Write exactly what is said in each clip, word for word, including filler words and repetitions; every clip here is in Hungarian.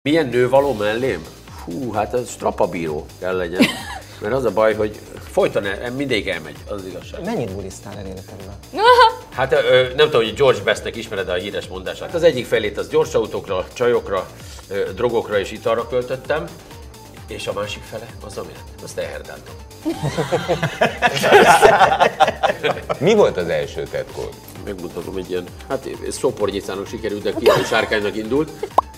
Milyen nő való mellém? Hú, hát ez strapabíró kell legyen. Mert az a baj, hogy folyton el, mindig elmegy, az, az igazság. Mennyit bulisztál el életedben? Hát ö, nem tudom, hogy George Bestnek ismered a híres mondását. Az egyik felét az gyors autókra, csajokra, ö, drogokra és italra költöttem, és a másik fele az amire? Azt elherdáltam. Mi volt az első tetkód? Megmutatom, egy ilyen, hát szopornyicának sikerült, de kínai sárkánynak indult.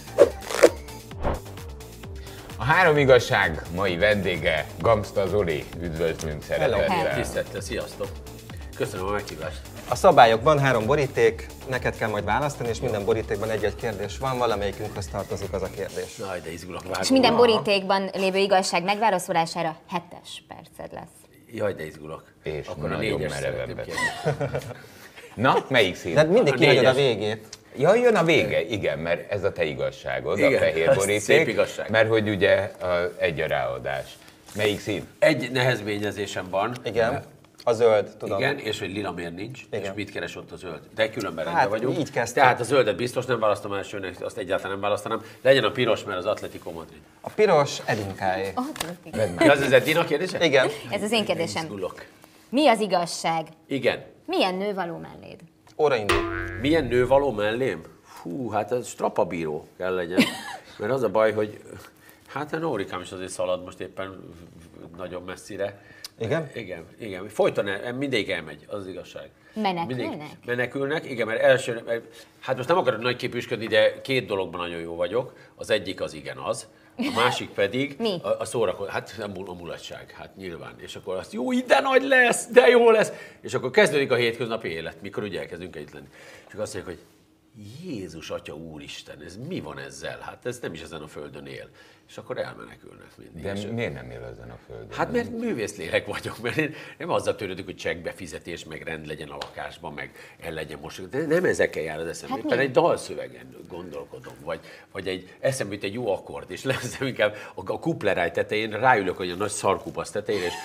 A Három Igazság mai vendége Gangsta Zoli. Üdvözlünk szeretettel. Tisztelettel, sziasztok! Köszönöm a meghívást. A szabályokban három boríték, neked kell majd választani, és minden borítékban egy-egy kérdés van, valamelyikünkhöz tartozik az a kérdés. Jaj, de izgulok, vágom. És minden borítékban lévő igazság megválaszolására hetes perced lesz. Jaj, de izgulok. És akkor a nagyon négyes merevebbet. szeretném kérni. Na, melyik szín? De mindig A kihagyod a négyes. végét. Ja, jön a vége, igen, mert ez a te igazságod, Igen, a fehér ez boríték. szép igazság. Mert hogy ugye a, egy a ráadás. Melyik szín? Egy nehezményezésem van. Igen, a zöld, tudom. Igen, és hogy lila miért nincs, Igen. és mit keres ott a zöld. De különben Hát, rendben vagyunk. így kezdtem. Tehát a zöldet biztos nem választom elsőnek, azt egyáltalán nem választanám. Legyen a piros, mert az Atletico Madrid. A piros Edinkáé. Oh, tudod, Ja, az az Edina kérdése? Igen. ez az én kérdésem. Izgulok. Mi az igazság? Igen. Milyen nő való melléd? Óra indul. Milyen nő való mellém? Fú, hát ez strapabíró kell legyen. Mert az a baj, hogy hát a Nórikám is azért szalad most éppen nagyon messzire. Igen? Igen, igen. Folyton el, mindig elmegy, az az igazság. Menekülnek? Mindig menekülnek, igen, mert első, mert, hát most nem akarok nagyképűsködni, de két dologban nagyon jó vagyok. Az egyik az igen az, a másik pedig Mi? a, a szórakozás, hát a, mul- a mulatság, hát nyilván. És akkor azt, jó, de nagy lesz, de jó lesz. És akkor kezdődik a hétköznapi élet, mikor ugye elkezdünk együtt lenni. És akkor azt mondják, hogy Jézus, Atya, Úristen, ez mi van ezzel? Hát ez nem is ezen a földön él. És akkor elmenekülnek mindig. De És miért nem él ezen a földön? hát mert művészlélek vagyok, mert én nem azzal törődök, hogy csekkbefizetés, meg rend legyen a lakásban, meg el legyen most. De nem ezekkel jár az eszembe. Hát Éppen mi? egy dalszövegen gondolkodom, vagy, vagy egy eszembe jut egy jó akkord, és lesz inkább a, a kupleráj tetején ráülök, hogy a nagy szarkupasz tetején, és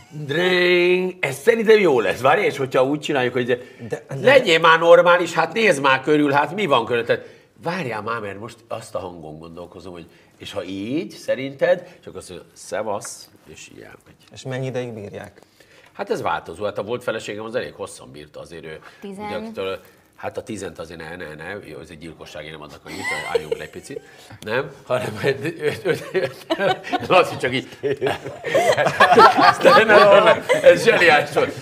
dring, ez szerintem jó lesz, várj, és hogyha úgy csináljuk, hogy de, De- de- legyél már normális, hát nézd már körül, hát mi van körül, tehát várjál már, mert most azt a hangon gondolkozom, hogy és ha így, szerinted, csak azt mondja, szevasz, és így elmegy. És mennyi ideig bírják? Hát ez változó, hát a volt feleségem az elég hosszan bírta azért ő. Tizen? ugye, akitől- Hát a tízent azért ne, ne, ne, jó, ez egy gyilkosság, én nem adnak annyit, álljunk le egy picit, nem? Hanem Laci csak így. Nem, nem, nem, ez zseniális volt.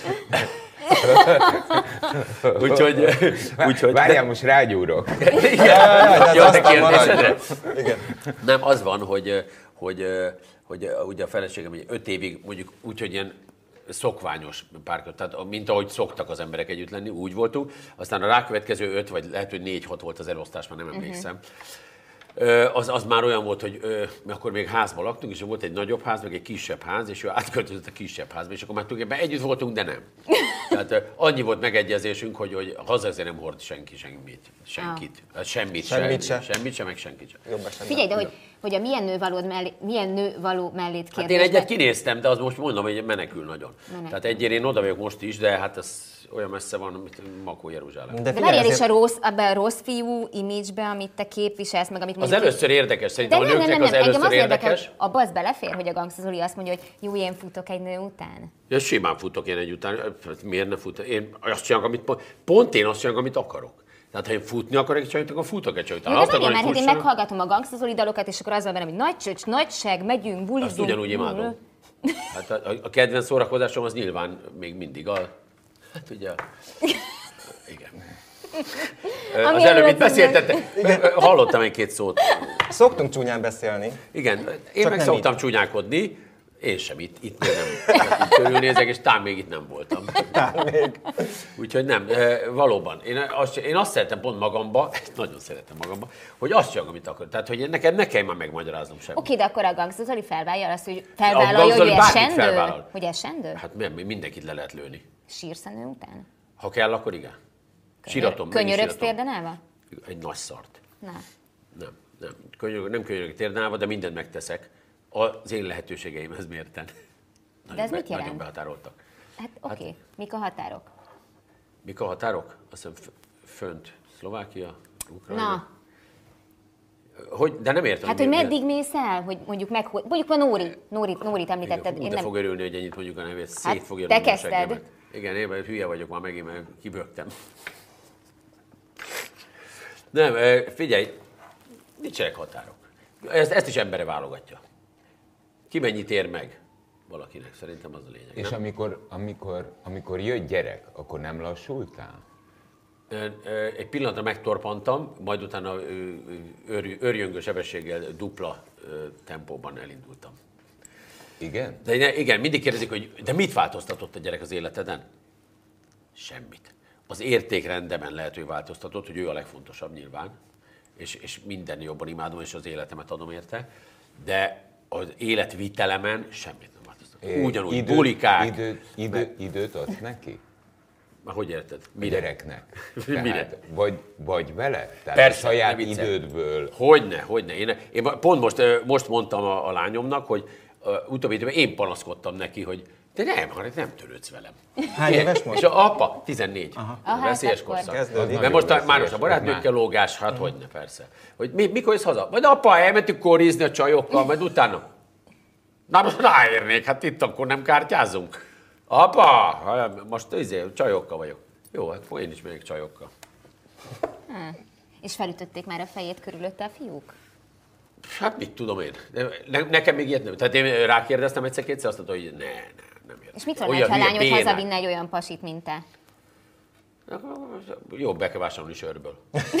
Úgyhogy, úgyhogy... Várjál, most rágyúrok. Igen, jó, te aztán kérdésedre? Igen. Nem, az van, hogy, hogy, hogy ugye a feleségem ugye öt évig mondjuk úgy, hogy ilyen szokványos párkat, tehát mint ahogy szoktak az emberek együtt lenni, úgy voltunk. Aztán a rákövetkező öt, vagy lehet, hogy négy-hat volt az elosztás, már nem emlékszem. Uh-huh. Az, az már olyan volt, hogy ö, akkor még házban laktunk, és volt egy nagyobb ház, meg egy kisebb ház, és ő átköltözött a kisebb házba, és akkor már tulajdonképpen együtt voltunk, de nem. Tehát ö, annyi volt megegyezésünk, hogy, hogy haza azért nem hord senki semmit. Senkit. Hát semmit, Semmit se. se. Semmit se, meg senkit se. Jobb esetben. Figyelj, de hogy, hogy a milyen nő, valód mellé, milyen nő való mellét Hát én kérdésben... egyet kinéztem, de az most mondom, hogy menekül nagyon. Menekül. Tehát egyért én oda vagyok most is, de hát ez olyan messze van, mint Makó Jeruzsálem. De De figyelj, várjál is azért- a rossz, abban a rossz fiú image-be, amit te képviselsz, meg amit Az mondjuk... először érdekes, De szerintem nem, a nem, nőknek nem, az nem, engem először az érdekel, érdekes. hogy abba az belefér, hogy a Gangsta Zoli azt mondja, hogy jó, én futok egy nő után. Ja, simán futok én egy után. Hát miért ne futok? Én azt csinálok, amit pont, pont én azt csinálok, amit akarok. Tehát ha én futni akarok egy csajt, akkor futok egy csajt. Jó, de várjál már, hát én meghallgatom a Gangsta Zoli dalokat, és akkor az van benne, hogy nagy csöcs, nagy seg, megyünk, bulizunk. Azt ugyanúgy imádom. Hát a, a, a kedvenc szórakozásom az nyilván még mindig a... Hát ugye... a- Igen. Ami Az előbb előtt itt beszéltetek. Hallottam egy-két szót. Szoktunk csúnyán beszélni. Igen, én Csak meg nem szoktam csúnyálkodni. Én sem itt, itt még nem. Hát itt körülnézek, és tám még itt nem voltam. Még. Úgyhogy nem, e, valóban. Én azt, én azt szeretem pont magamba, ezt nagyon szeretem magamba, hogy azt csinálom, amit akarok. Tehát, hogy neked ne kelljen már megmagyaráznom semmit. Oké, de akkor a Gangsta Zoli felvállalja azt, hogy A felvállalja, Gangsta hogy Zoli ő bármit esendő? felvállal. Hogy esendő? Hát nem, mindenkit le lehet lőni. Sírsz a nő után? Ha kell, akkor igen. Síratom, meg is Könyörögsz síratom. térdenálva? Egy nagy szart. Na. Nem, nem. Könyörög, nem könyörögök térdenálva, de mindent megteszek. Az én lehetőségeimhez mérten. Nagyon ez be- mit jelent? Nagyon behatároltak. Hát oké, okay. Mik a határok? Mik a határok? Azt hiszem f- fönt Szlovákia, Ukrajna. Na, Hogy, de nem értem. Hát, hogy meddig mész el? Hogy mondjuk meg, mondjuk a Nóri, Nórit, Nórit említetted. Én nem... fog örülni, hogy ennyit mondjuk a nevét, szét hát, fogja te rúgni a kezdted. seggemet. Igen, én hülye vagyok már megint, mert kibögtem. Nem, figyelj, nincsenek határok. Ezt, ezt is embere válogatja. Ki mennyit ér meg valakinek, szerintem az a lényeg. És amikor, amikor, amikor jött gyerek, akkor nem lassultál? Egy pillanatra megtorpantam, majd utána őrjöngő sebességgel dupla tempóban elindultam. Igen? De igen, mindig kérdezik, hogy de mit változtatott a gyerek az életeden? Semmit. Az értékrendemen lehet, hogy változtatott, hogy ő a legfontosabb nyilván, és, és minden jobban imádom, és az életemet adom érte, de az életvitelemen semmit nem változtatott. Ugyanúgy idő, bulikák. Idő, idő, meg... Időt adsz neki? Már hogy érted? Mire? A gyereknek. Mire? Vagy, vagy vele? Tehát persze, a saját idődből. Hogyne, hogyne. Én, én pont most, most mondtam a, a lányomnak, hogy uh, utóbbi időben én panaszkodtam neki, hogy de nem, hanem nem törődsz velem. Hány éves most? És a apa, tizennégy. Aha, veszélyes korszak. Kezdődik. Mert most a, már a barátnőkkel lógás, hát uh-huh. hogyne, persze. Hogy mi, mikor jössz haza? Majd apa, elmentünk kórizni a csajokkal, majd utána. Na most ráérnék, hát itt akkor nem kártyázunk. Apa, most izé, csajokkal vagyok. Jó, hát én is megyek csajokkal. Hmm. És felütötték már a fejét körülötte a fiúk? Hát mit tudom én. Ne, nekem még ilyet nem. Tehát én rákérdeztem egyszer-kétszer, azt mondta, hogy ne, ne, nem értem. És mit szólnál, ha a lányod hazavinne egy olyan pasit, mint te? Jó, be kell vásárolni sörből.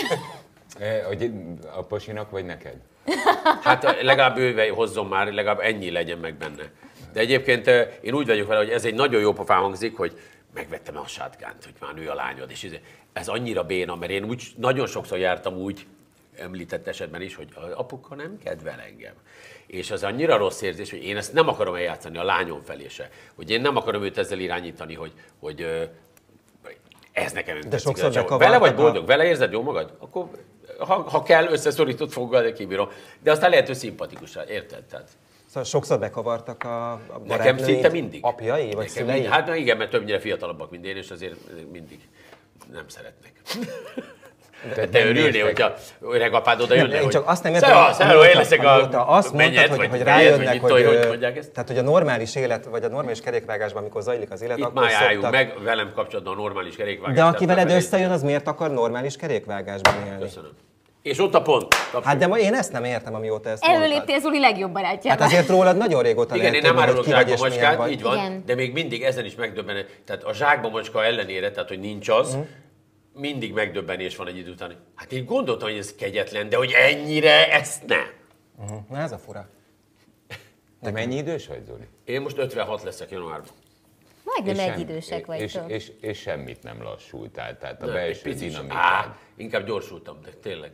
A pasinak vagy neked? Hát legalább ő hozzon már, legalább ennyi legyen meg benne. De egyébként én úgy vagyok vele, hogy ez egy nagyon jó pofán hangzik, hogy megvettem a sátgánt, hogy már nő a lányod, és ez annyira béna, mert én úgy nagyon sokszor jártam úgy, említett esetben is, hogy az apuka nem kedvel engem. És az annyira rossz érzés, hogy én ezt nem akarom eljátszani a lányom felé se. Hogy én nem akarom őt ezzel irányítani, hogy, hogy ez nekem nem tetszik. De sokszor vele vagy boldog, vele érzed jó magad? Akkor ha, ha kell, összeszorított foggal, de kibírom. De aztán lehet, hogy szimpatikus, érted? Tehát... Szóval sokszor bekavartak a, a nekem szinte mindig. Apjai vagy nekem szülei? Mindig. Hát na igen, mert többnyire fiatalabbak, mint én, és azért mindig nem szeretnek. De, de örülnél, hogyha öreg apád oda jönne, én hogy csak azt nem értem, Szevasz, hello, én leszek a azt mondtad, hogy, hogy rájönnek, hogy, hogy, hogy, mondják ezt? Tehát, hogy a normális élet, vagy a normális kerékvágásban, amikor zajlik az élet, itt akkor már álljunk szoktak... meg velem kapcsolatban a normális kerékvágás. De aki veled összejön, az miért akar normális kerékvágásban élni? Köszönöm. És ott a pont. Tapsuk. Hát de ma én ezt nem értem, amióta ezt Előléptél Zoli legjobb barátjával. Hát azért rólad nagyon régóta igen, lehet én nem tudni, árulok hogy ki vagy zsákba és milyen macskát, vagy. így van, igen. de még mindig ezen is megdöbbenem. Tehát a zsákba macska ellenére, tehát hogy nincs az, mm. mindig megdöbbenés van egy idő után. Hát én gondoltam, hogy ez kegyetlen, de hogy ennyire ezt nem. Uh-huh. Na ez a fura. Te mennyi idős vagy, Zoli? Én most ötvenhat leszek januárban. Majdnem És egyidősek sem- és, vagytok. és, és, és semmit nem lassultál, tehát a Nem, egy belső picit sem. dinamikád. Á, inkább gyorsultam, de tényleg.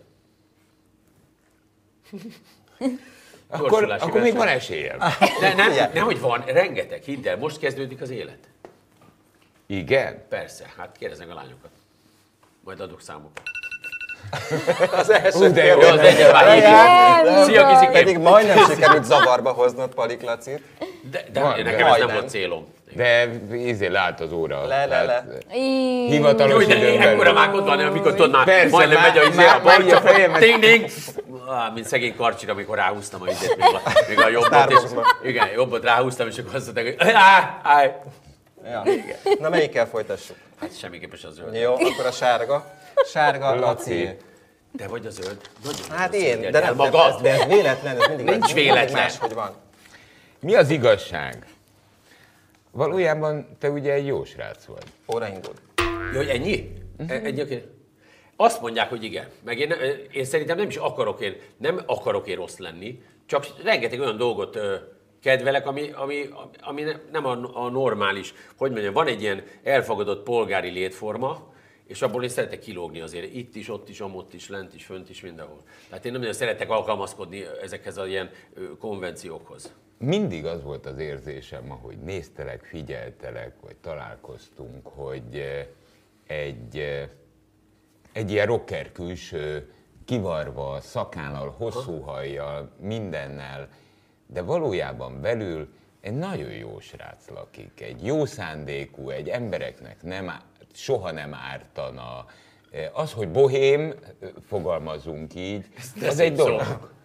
Akkor, Gyorsulási akkor még verseny. van esélyem. De nem, nem, hogy van, rengeteg, hidd el, most kezdődik az élet. Igen? Persze, hát kérdeznek a lányokat. Majd adok számokat. Az első Ú, de jó, Jó, az egyen már hívjuk. Szia, kizikém! Pedig majdnem sikerült zavarba hoznod Palik Lacit. De, de Van, nekem de ez nem majdnem. volt célom. De ízé lát az óra. Le, le, le. Í, Hivatalos Jó, de időben. ekkora mákod van, amikor tudod már, Persze, majdnem már- megy a izé, már- a már így a barca, fejemet- ding, ding. Ah, mint szegény Karcsira, amikor ráhúztam a izét, még a, még a jobbot, és, Starbucksban. igen, jobbot ráhúztam, és akkor azt mondták, hogy áh, áh. Ja. Na melyikkel folytassuk? Hát semmiképpen az zöld. Jó, akkor a sárga. Sárga, Laci. Laci. Te vagy a zöld? Nagyon Hát nagyon én, szégyeld de el nem, magad. ez, de ez véletlen, ez mindig Nincs mindig véletlen. máshogy van. Mi az igazság? Valójában te ugye egy jó srác vagy. Óra indul. Jó, hogy ennyi? Uh-huh. Ennyi, oké. Azt mondják, hogy igen. Meg én, én szerintem nem is akarok én, nem akarok én rossz lenni, csak rengeteg olyan dolgot ö, kedvelek, ami, ami, ami ne- nem a, a normális. Hogy mondjam, van egy ilyen elfogadott polgári létforma, és abból én szeretek kilógni azért. Itt is, ott is, amott is, lent is, fönt is, mindenhol. Tehát én nem nagyon szeretek alkalmazkodni ezekhez az ilyen ö, konvenciókhoz. Mindig az volt az érzésem, ahogy néztelek, figyeltelek, vagy találkoztunk, hogy eh, egy, eh, egy ilyen rocker külső, kivarva, szakállal, hosszú hajjal, mindennel, de valójában belül egy nagyon jó srác lakik, egy jó szándékú, egy embereknek nem, á- soha nem ártana, Az, hogy bohém, fogalmazunk így, az egy dolog.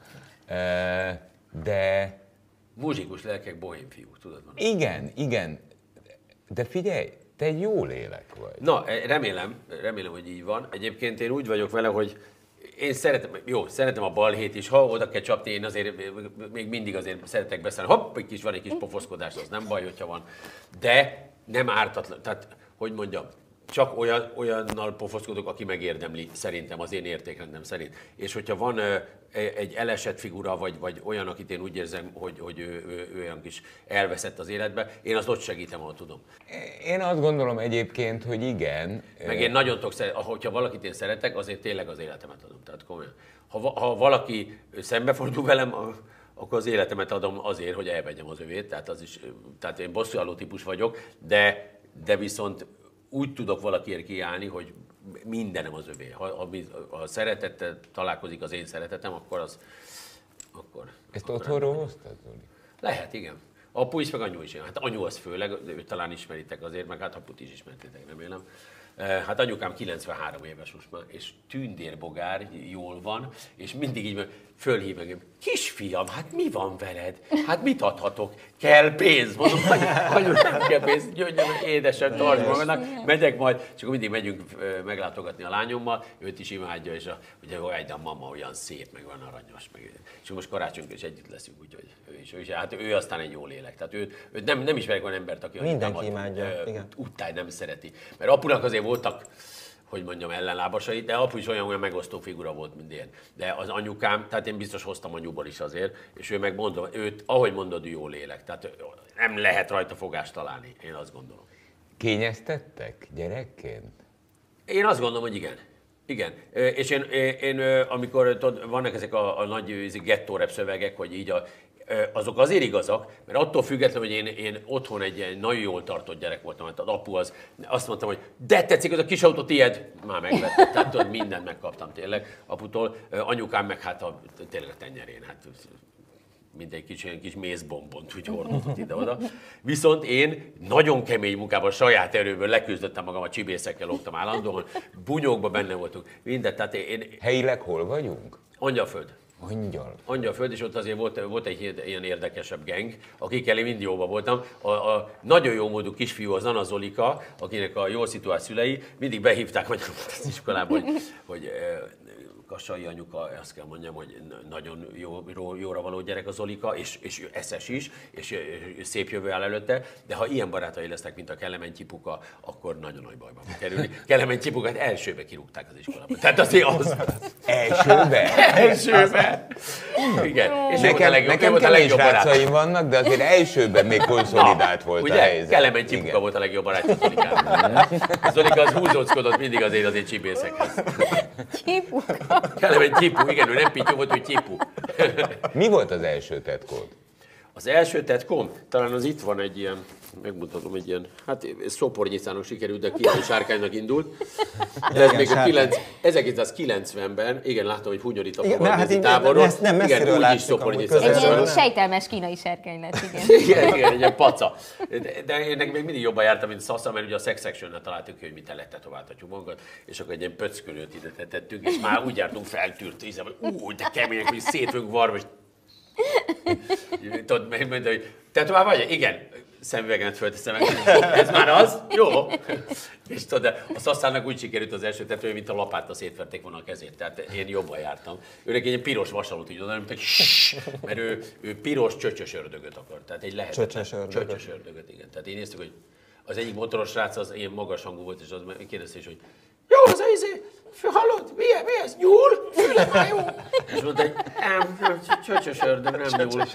De... Muzsikus lelkek, bohém fiúk, tudod van. Igen, igen. De figyelj, te egy jó lélek vagy. Na, remélem, remélem, hogy így van. Egyébként én úgy vagyok vele, hogy én szeretem, jó, szeretem a balhét is, ha oda kell csapni, én azért még mindig azért szeretek beszélni. Hopp, egy kis, van egy kis pofoszkodás, az nem baj, hogyha van. De nem ártatlan, tehát, hogy mondjam, csak olyan, olyannal pofoszkodok, aki megérdemli, szerintem, az én értékrendem szerint. És hogyha van ö, egy elesett figura, vagy, vagy olyan, akit én úgy érzem, hogy, hogy ő, ő, ő olyan kis elveszett az életbe, én azt ott segítem, ahol tudom. Én azt gondolom egyébként, hogy igen. Meg én nagyon tudok szeretni, hogyha valakit én szeretek, azért tényleg az életemet adom. Tehát komolyan. Ha, ha valaki szembefordul velem, akkor az életemet adom azért, hogy elvegyem az övét. Tehát, az is, tehát én bosszúálló típus vagyok, de, de viszont úgy tudok valakiért kiállni, hogy mindenem az övé. Ha, ha, ha szeretettel találkozik az én szeretetem, akkor az... Akkor, Ezt akkor otthonról hoztad, Zoli? Lehet, igen. Apu is, meg anyu is. Hát anyu az főleg, őt talán ismeritek azért, meg hát aput is ismertétek, remélem. Hát anyukám kilencvenhárom éves most már, és tündérbogár, jól van, és mindig így fölhív engem. Kisfiam, hát mi van veled? Hát mit adhatok? Kell pénz? Mondom, anyu, nem kell pénz, jöjjön, édesem, tartsd magadnak, megyek majd, és akkor mindig megyünk meglátogatni a lányommal, őt is imádja, és a, ugye, hogy a mama olyan szép, meg van aranyos, meg, és most karácsonykor is együtt leszünk, úgyhogy ő is, ő is, hát ő aztán egy jó lélek. Tehát őt, őt nem, nem ismerek olyan embert, aki mindenki imádja, igen. Uttály nem szereti. Mert apunak azért voltak, hogy mondjam, ellenlábasai, de apu is olyan, olyan megosztó figura volt, mint én. De az anyukám, tehát én biztos hoztam anyuból is azért, és ő meg mondom, őt, ahogy mondod, jó lélek. Tehát nem lehet rajta fogást találni, én azt gondolom. Kényeztettek gyerekként? Én azt gondolom, hogy igen. Igen. És én, én amikor tudod, vannak ezek a, a nagy gettó rap szövegek, hogy így a, azok azért igazak, mert attól függetlenül, hogy én, én otthon egy, egy nagyon jól tartott gyerek voltam, mert az apu az, azt mondtam, hogy de tetszik, az a kis autó tiéd, már megvettem, tehát tudod, mindent megkaptam tényleg aputól, anyukám meg hát a, tényleg a tenyerén, hát mint egy kis, kis mézbombont, úgy hordott ide-oda. Viszont én nagyon kemény munkában, saját erőből leküzdöttem magam, a csibészekkel lógtam állandóan, bunyókban benne voltunk, mindent, tehát én... Helyileg hol vagyunk? Angyalföld. Angyal. Angyalföld, és ott azért volt, volt egy ilyen érdekesebb geng, akikkel én mindig jóban voltam. A, a nagyon jó módú kisfiú, az Anna Zolika, akinek a jól szituált szülei, mindig behívták magyarokat az iskolába, hogy, hogy Kassai anyuka, azt kell mondjam, hogy nagyon jó, jóra való gyerek a Zolika, és, és eszes is, és szép jövő áll előtte, de ha ilyen barátai lesznek, mint a Kelementy Puka, akkor nagyon nagy bajba fog kerülni. Kelementy Pukát elsőbe kirúgták az iskolába. Tehát azért az... Elsőbe? Elsőbe! Igen. És nekem legjobb, nekem kemény srácaim vannak, de azért elsőben még konszolidált Na, volt ugye? a helyzet. Kelementy Puka volt a legjobb barátja Zolikával. Zolika az húzóckodott mindig azért az én csibészekhez. Csipuka. Kelementy Puka, igen, ő nem Pityu volt, ő Csipu. Mi volt az első tetkód? Az első tetkom, talán az itt van egy ilyen, megmutatom egy ilyen, hát Szopornyicának sikerült, de Kínai Sárkánynak indult. De ez még a ezerkilencszázkilencvenben, igen, láttam, hogy hunyorít a fogadnézi távolról. Nem, messziről igen, úgy is Szopornyicának. Egy ilyen sejtelmes kínai sárkány lett, igen. Igen, igen, egy ilyen paca. De, de én még mindig jobban jártam, mint Szasza, mert ugye a Sex Section-nel találtuk ki, hogy mi tetováltatjuk magunkat, és akkor egy ilyen pöckölőt ide tettünk, és már úgy jártunk feltűrt, ízem, hogy ú, de kemények, hogy szétvünk varva, és tudod, megmondta, hogy tetovál vagy? Igen. Szemüvegemet fölteszem meg. Ez már az? Jó. És tudod, a Szaszának úgy sikerült az első tetője, mint a lapáttal szétverték volna a kezét. Tehát én jobban jártam. Őnek egy piros vasalót így oda, mint mert ő, ő piros csöcsös ördögöt akar. Tehát egy lehetetlen. Csöcsös ördögöt. Csöcsös ördögöt, igen. Tehát én néztük, hogy az egyik motoros srác az ilyen magas hangú volt, és az kérdezte is, hogy jó, az a izé, hallod, mi, mi ez, nyúl? Füle már jó. És mondta, hogy nem, nem, csöcsös ördög, nem nyúl.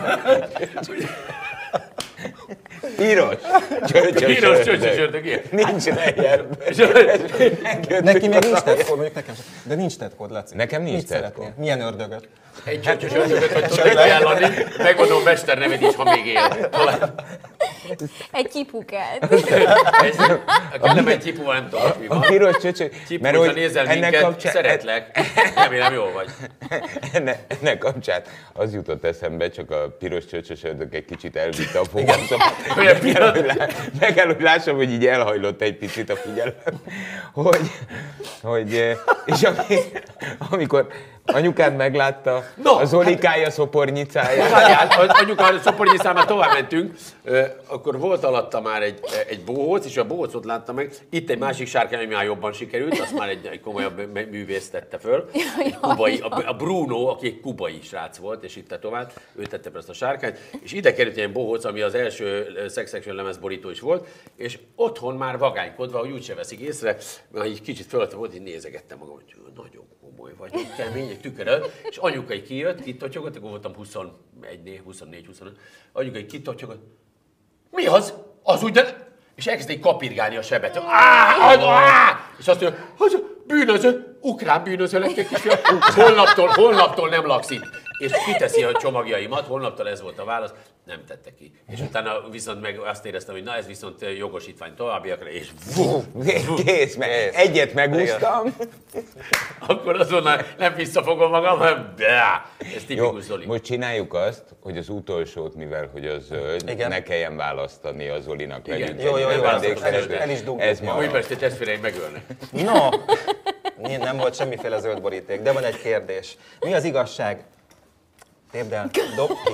Piros. Csöcsös Piros csöcsös ördög, ilyen. Nincs lejjebb. Neki még nincs tetkód, mondjuk nekem sem. De nincs tetkód, Laci. Nekem nincs Mit szeretnél? tetkód. Milyen ördögöt? Egy csöcsös ördögöt, hogy tudod ajánlani, megmondom mester neved is, ha még él. Egy csipukát. Nem egy csipúval, nem tudom, mi A van. piros csöcsök, Csipú, mert hogyha hogy nézel ennek minket, kapcsán, szeretlek. Remélem jól vagy. ennek, ennek kapcsán az jutott eszembe, csak a piros csöcsös ördög egy kicsit elvitte a fogalmat. Olyan Meg kell, hogy lá- meg kell, hogy lássam, hogy így elhajlott egy picit a figyelem. Hogy, hogy, és ami, amikor anyukád meglátta No, a Zolikája szopornyicáját, Várjál, anyuka, a szopornyi számára tovább mentünk, ö, akkor volt alatta már egy, egy bohóc, és a bohócot látta meg. Itt egy másik sárkány, ami már jobban sikerült, azt már egy, egy komolyabb művész tette föl. Kubai, a, a Bruno, aki egy kubai srác volt, és itt tovább, ő tette fel ezt a sárkányt, és ide került egy bohóc, ami az első Sex Action lemezborító is volt, és otthon már vagánykodva, hogy úgyse veszik észre, mert egy kicsit fölött volt, így nézegettem magam, hogy nagyon komoly vagy, kemény, egy tüköröl, és anyuka így kijött, kitotyogott, akkor voltam huszonegy, huszonnégy, huszonöt, anyuka így kitotyogott, mi az? Az úgy, de... És elkezdték kapirgálni a sebet. Á, á! És azt mondja, hogy bűnöző, ukrán bűnöző lettél kisfiam, holnaptól, holnaptól nem laksz itt. És kiteszi a csomagjaimat, holnaptól ez volt a válasz, nem tette ki. És utána viszont meg azt éreztem, hogy na ez viszont jogosítvány továbbiakra, és vú, kész, mert egyet megúsztam. akkor azonnal nem visszafogom magam, hanem bá, ez Jó, tipikus Zoli. most csináljuk azt, hogy az utolsót, mivel hogy az zöld, Igen. ne kelljen választani a Zolinak. Igen. legyünk Jó, jó, egy jó, vendégszerző. el is- el is dugjuk. Ez ma. Újpesti testvéreim megölnek. No, nem volt semmiféle zöld boríték, de van egy kérdés. Mi az igazság? Tépd el, dob ki.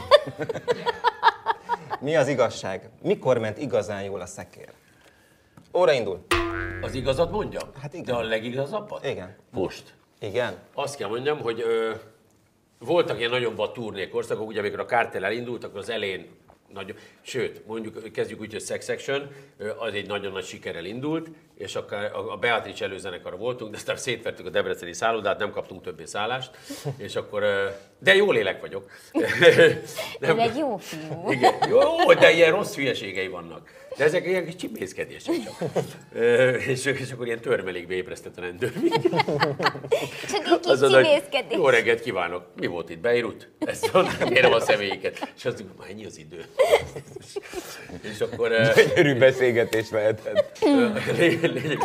Mi az igazság? Mikor ment igazán jól a szekér? Óra indul. Az igazat mondjam? Hát igen. De a legigazabbat? Igen. Most. Igen. Azt kell mondjam, hogy ö, voltak ilyen nagyon vad turné korszakok, ugye amikor a Kártel elindult, akkor az elején nagyon, sőt, mondjuk kezdjük úgy, hogy Sex Action, ö, az egy nagyon nagy sikerrel indult, és akkor a, a Beatrice előzenekar voltunk, de aztán szétvertük a debreceni szállodát, nem kaptunk többé szállást, és akkor, ö, de jó lélek vagyok. Ez egy jó fiú. Igen, jó, de ilyen rossz hülyeségei vannak. De ezek ilyen kis csipészkedések csak. Ö, és, és akkor ilyen törmelékbe ébresztett a rendőr. Csak egy kis Azt mondta, hogy csibészkedés. jó reggelt kívánok! Mi volt itt? Beirut? Ezt mondtam, kérem a személyeket. És azt mondjuk, ennyi az idő. És akkor... ö, Gyönyörű beszélgetés lehetett. ö, lényeg- lényeg-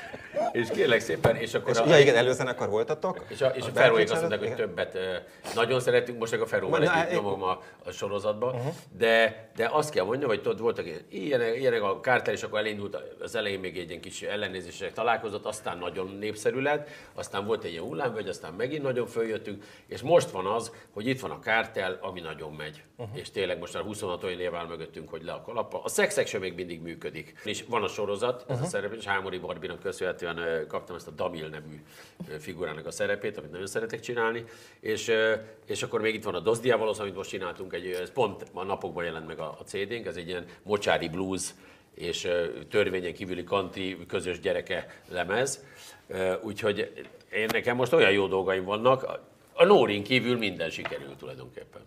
És kérlek szépen, és akkor... És, a- ja igen, előzenekar voltatok? És a, és a A Feróék Beatrice azt mondták, hogy előtt? többet ö, nagyon szeretünk, most meg a Feróval Na, együtt na, nyomom a, a sorozatba, uh-huh. de, de azt kell mondjam, hogy tudod, voltak ilyen- ilyenek, ilyenek a Kártel, és akkor elindult, az elején még egy ilyen kis ellenézések találkozott, aztán nagyon népszerű lett, aztán volt egy ilyen hullámvölgy, aztán megint nagyon följöttünk, és most van az, hogy itt van a Kártel, ami nagyon megy. Uh-huh. És tényleg most már huszonhat olyan év áll mögöttünk, hogy le a kalappa. A Sex Action még mindig működik. És van a sorozat, ez uh-huh. a szerep, és Hámori Barbinak köszönhetően ö, kaptam ezt a Damil nevű ö, figurának a szerepét, amit nagyon szeretek csinálni, és, ö, és akkor még itt van a Dos Diabolos, amit most csináltunk, egy, ez pont a napokban jelent meg a, a cé dénk, ez egy ilyen mocsári blues és ö, törvényen kívüli country közös gyereke lemez, ö, úgyhogy én nekem most olyan jó dolgaim vannak, a, a Nórin kívül minden sikerül tulajdonképpen.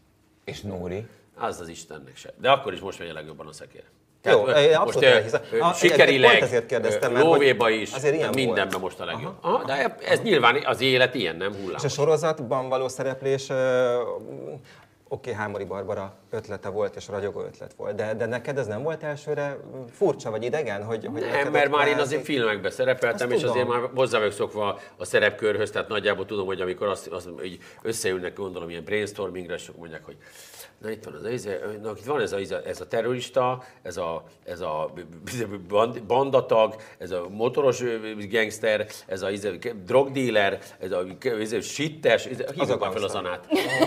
És Nóri? Az az Istennek se. De akkor is most megy a legjobban a szekér. Jó, Tehát, én most, abszolút ö, elhiszem. ö, Ah, sikerileg, pont ezért kérdeztem, mert lóvéba hogy is, azért ilyen mindenben volt. most a legjobb. Aha, de ez nyilván az élet ilyen, nem hullám. És a sorozatban való szereplés, ö, oké, Hámori Barbara ötlete volt, és ragyogó ötlet volt, de, de neked ez nem volt elsőre furcsa vagy idegen? Hogy, hogy Nem, neked mert ott már én kvázi- azért filmekben szerepeltem, Azt és azért tudom. már hozzá vagyok szokva a szerepkörhöz, tehát nagyjából tudom, hogy amikor azt, azt így összeülnek, gondolom, ilyen brainstormingra, és akkor mondják, hogy na itt van az íze, na itt van ez a, ez a terrorista, ez a, ez a band- bandatag, ez a motoros gangster, ez a íze, drogdealer, ez a íze, sittes, hívjuk már fel a gangster. zanát.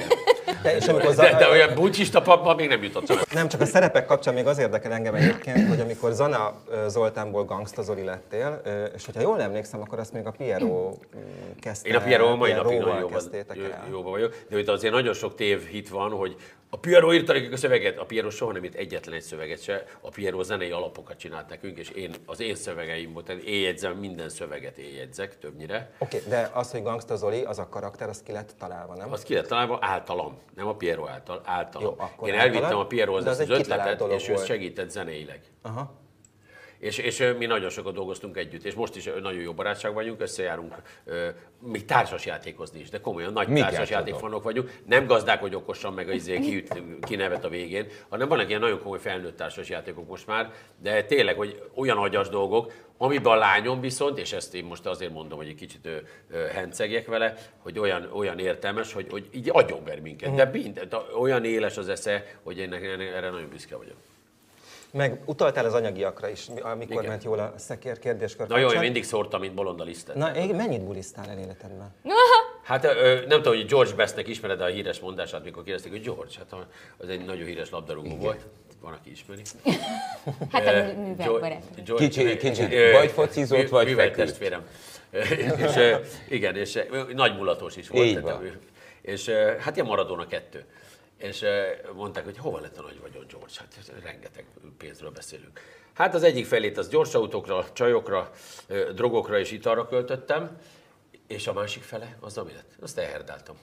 De, és amikor De, za- de olyan bucsista papban még nem jutottam. Nem, csak a szerepek kapcsán még az érdekel engem egyébként, hogy amikor Zana ö, Zoltánból Gangsta Zoli lettél, ö, és hogyha jól emlékszem, akkor azt még a Piero mm, kezdte. Én a Piero a mai napig Pieróval nagyon jóban, kezdtétek jó- el. jóban vagyok, de itt azért nagyon sok tévhit van, hogy a Piero írta nekünk a szöveget, a Piero soha nem írt egyetlen egy szöveget se, a Piero zenei alapokat csinált nekünk, és én, az én szövegeim volt, tehát én jegyzem, minden szöveget én jegyzek, többnyire. Oké, okay, de az, hogy Gangsta Zoli, az a karakter, az ki lett találva, nem? Az ki lett találva általam, nem a Piero által, általam. Jó, akkor én általad, elvittem a Pierohoz de az ezt az egy kitalált ötletet, dolog és ő volt. segített zeneileg. Aha. És, és mi nagyon sokat dolgoztunk együtt, és most is nagyon jó barátság vagyunk, összejárunk, mi társas játékozni is, de komolyan nagy társas játékfanok vagyunk. Nem gazdák, hogy okosan meg a izé kiüt, kinevet a végén, hanem vannak ilyen nagyon komoly felnőtt társas játékok most már, de tényleg, hogy olyan agyas dolgok, amiben a lányom viszont, és ezt én most azért mondom, hogy egy kicsit ö, ö, hencegjek vele, hogy olyan, olyan értelmes, hogy, hogy így agyonver minket, de minden, olyan éles az esze, hogy én erre nagyon büszke vagyok. Meg utaltál az anyagiakra is, amikor Igen. ment jól a szekér kérdéskör. Na jó, én mindig szórtam, mint bolond a lisztet. Na, én mennyit bulisztál el életedben? Hát ö, nem tudom, hogy George Bestnek ismered a híres mondását, mikor kérdezték, hogy George, hát az egy nagyon híres labdarúgó volt. Van, aki ismeri. Hát a művelbarát. Kicsit, kicsit vagy focizott, vagy feküdt. testvérem. és igen, és nagy mulatos is volt. Így Tehát, van. és hát ilyen Maradona kettő. És mondták, hogy hova lett a nagy vagyon, George? Hát rengeteg pénzről beszélünk. Hát az egyik felét az gyors autókra, csajokra, drogokra és italra költöttem, és a másik fele, az ami lett? Azt elherdáltam.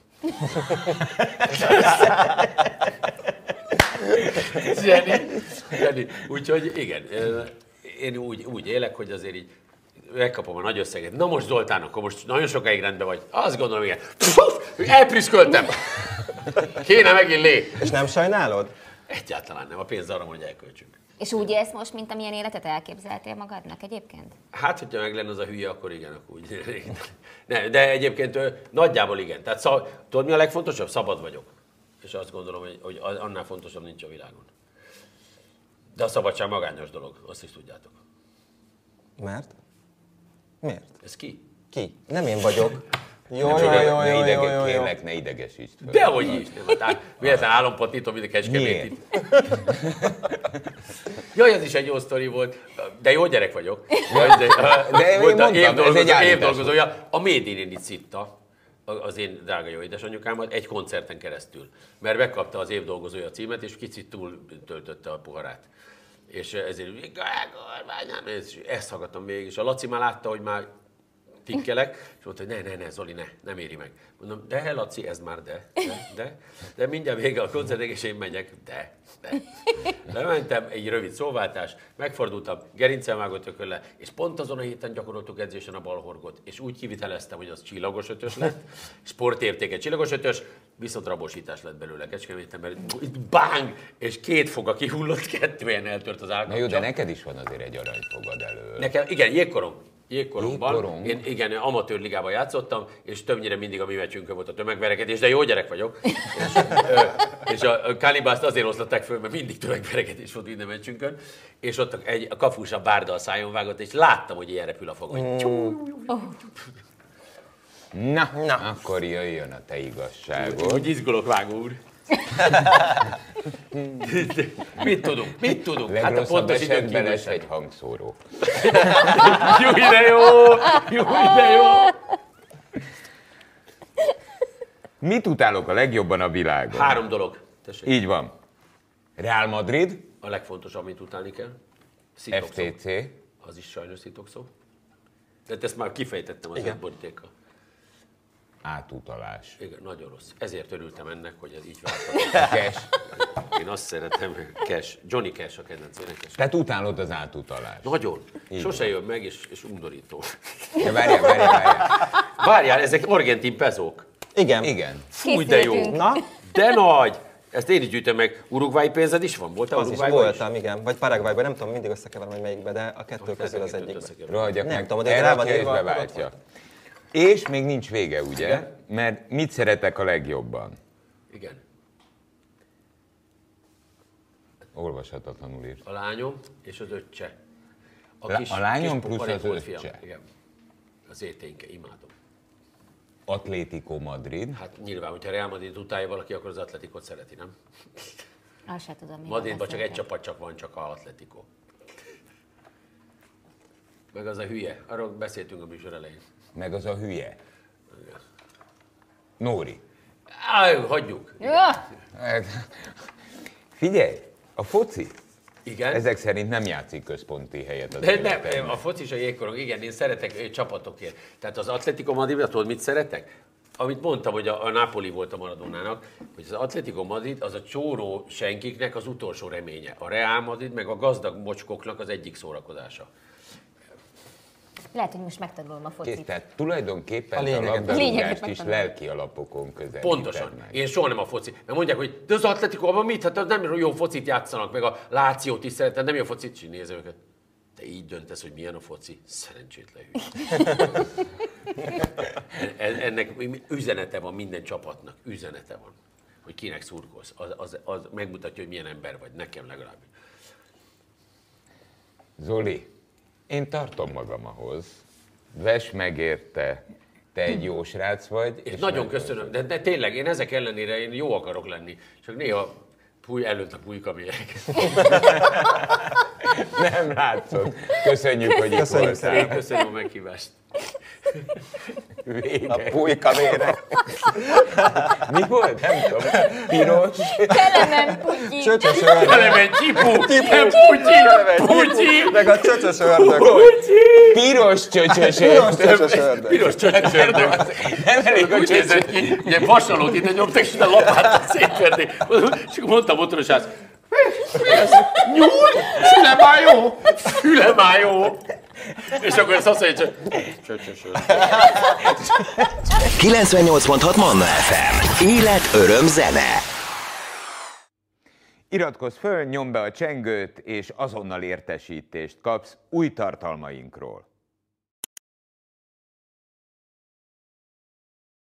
Zseni, zseni. Úgyhogy igen, én úgy, úgy élek, hogy azért így megkapom a nagy összeget. Na most Zoltán, akkor most nagyon sokáig rendben vagy. Azt gondolom, igen. Elprüszköltem. Kéne megint lé. És nem sajnálod? Egyáltalán nem. A pénz arra, hogy elköltsünk. És úgy élsz most, mint amilyen életet elképzeltél magadnak egyébként? Hát, hogyha meg lenne az a hülye, akkor igen, akkor úgy. Ne, de egyébként nagyjából igen. Tehát szab, tudod, mi a legfontosabb? Szabad vagyok. És azt gondolom, hogy, hogy annál fontosabb nincs a világon. De a szabadság magányos dolog, azt is tudjátok. Mert? Miért? Ez ki? Ki? Nem én vagyok. Jó, Nem, jó, ne jó, jó, idege- jó, jó, jó. Kérlek, ne idegesítsd fel. Dehogy is. Nem, hát véletlen állampot nyitom, mint a Kecskemét itt. Jaj, ez is egy jó sztori volt, de jó gyerek vagyok. Jaj, de, De én volt a mondtam, ez egy évdolgozó, állítás évdolgozója, a Médi néni citta, az én drága jó édesanyukámat, egy koncerten keresztül. Mert megkapta az évdolgozója címet, és kicsit túl töltötte a poharát. És ezért, ezt hallgattam végig, és a Laci már látta, hogy már tikkelek, és mondta, hogy ne, ne, ne, Zoli, ne, nem éri meg. Mondom, de Laci, ez már de, de, de, de mindjárt vége a koncertnek, és én megyek, de, de. Lementem, egy rövid szóváltás, megfordultam, gerincel vágott ökölle, és pont azon a héten gyakoroltuk edzésen a balhorgot, és úgy kiviteleztem, hogy az csillagos ötös lett, sportértéke csillagos ötös, viszont rabosítás lett belőle Kecskeméten, mert báng, és két foga kihullott, kettő helyen eltört az Na állkapcsa. jó, de neked is van azért egy aranyfogad elől. Nekem, igen, jégkorong. Jégkorongban. Jégkorong? Én igen, amatőr ligában játszottam, és többnyire mindig a mi meccsünkön volt a tömegverekedés, de jó gyerek vagyok. és, ö, és a Kalibászt azért osztották föl, mert mindig tömegverekedés volt minden meccsünkön, és ott egy, a kapus a bárda a szájon vágott, és láttam, hogy ilyen repül a fog, hogy Na, Na, akkor jöjjön a te igazságod. úgy izgulok, vágó úr. Mit tudunk? Mit tudunk? Hát a Legrosszabb pontos időn esetben lesz kívül egy hangszóró. Jó, de jó! Jó, de jó! Mit utálok a legjobban a világon? Három dolog. Tessék. Így van. Real Madrid, A legfontosabb, amit utálni kell. F Szitokszó. T C, Az is sajnos szitokszó. De ezt már kifejtettem az Igen. borítékkal. átutalás. Igen, nagyon rossz. Ezért örültem ennek, hogy ez így vártam. Cash. Én azt szeretem, Cash. Johnny Cash a kedvenc énekes. Tehát utálod az átutalást. Nagyon. Így Sose jön meg, és, és undorító. De várjál, várjál, várjál. Várjál, ezek argentin pezók. Igen. Igen. Fúj, de jó. Készültünk. Na, De nagy! Ezt én is gyűjtöm meg. Uruguayi pénzed is van? Voltál az is Uruguayban voltam, igen. Vagy Paraguayban, nem tudom, mindig összekeverem, hogy melyikbe, de a kettő közül az egyikbe. Rohadjak Nem meg. tudom, de rá van Elrakja és írva, akkor beváltja. ott És még nincs vége, ugye? Igen. Mert mit szeretek a legjobban? Igen. Olvashatatlanul írt. A lányom és az öccse. La- a lányom plusz puparék az volt öccse. fiam. Igen. Az éténke, imádom. Atlético Madrid. Hát nyilván, hogyha Real Madrid utálja valaki, akkor az Atletikot szereti, nem? Azt se tudom, mi Madridban csak egy csapat csak van, csak a Atletico. Meg az a hülye. Arról beszéltünk a műsor elején. Meg az a hülye. Nóri. Á, hagyjuk. Ja. Figyelj, a foci Igen. ezek szerint nem játszik központi helyet az De életemben. nem, a foci is a jégkorong, igen, én szeretek ö, csapatokért. Tehát az Atletico Madrid, tudod, mit szeretek? amit mondtam, hogy a, a Napoli volt a Maradónának, hogy az Atletico Madrid az a csóró senkiknek az utolsó reménye. A Real Madrid meg a gazdag mocskoknak az egyik szórakozása. Lehet, hogy most megtanulom a focit. Kész, tehát tulajdonképpen A a, lényeget- a labdarúgást lényeget is megtanulom. lelki alapokon közelíted Pontosan. meg. Én soha nem a foci. Mert mondják, hogy de az Atletico, abban mit? Hát nem jó focit játszanak, meg a Lációt is szeretem, nem jó focit csinálni, nézze őket. Te így döntesz, hogy milyen a foci? Szerencsétlen hülye. Ennek üzenete van minden csapatnak, üzenete van, hogy kinek szurkolsz. Az, az, az megmutatja, hogy milyen ember vagy, nekem legalábbis. Zoli, én tartom magam ahhoz. Vess meg érte, te egy jó srác vagy. És nagyon meg- köszönöm, de, de tényleg én ezek ellenére én jó akarok lenni. Csak néha púj, előtt a pulykamérek. Nem látszod. Köszönjük, hogy itt Köszönjük voltál. Én köszönöm a meghívást. Vége. A pulyka vére. Mi volt? Nem tudom. Piros. Kelemen putyi! Csöcsös ördög. Kelemen csipu, nem putyi, putyi, Meg a csöcsös ördög. Piros csöcsös. Piros csöcsös ördög. piros csöcsös ördög. Nem elég a Úgy nézett csöcsös. ki, ilyen vasalót ide nyomtak, és ide lapáttal szétverték. És akkor mondta a motorosház, mi ez? Nyúl? Fülemájó? Fülemájó. És akkor ezt azt mondja, hogy csöcsös ördög. kilencvennyolc pont hat Manna ef em. Élet, öröm, zene. Iratkozz föl, nyomd be a csengőt, és azonnal értesítést kapsz új tartalmainkról.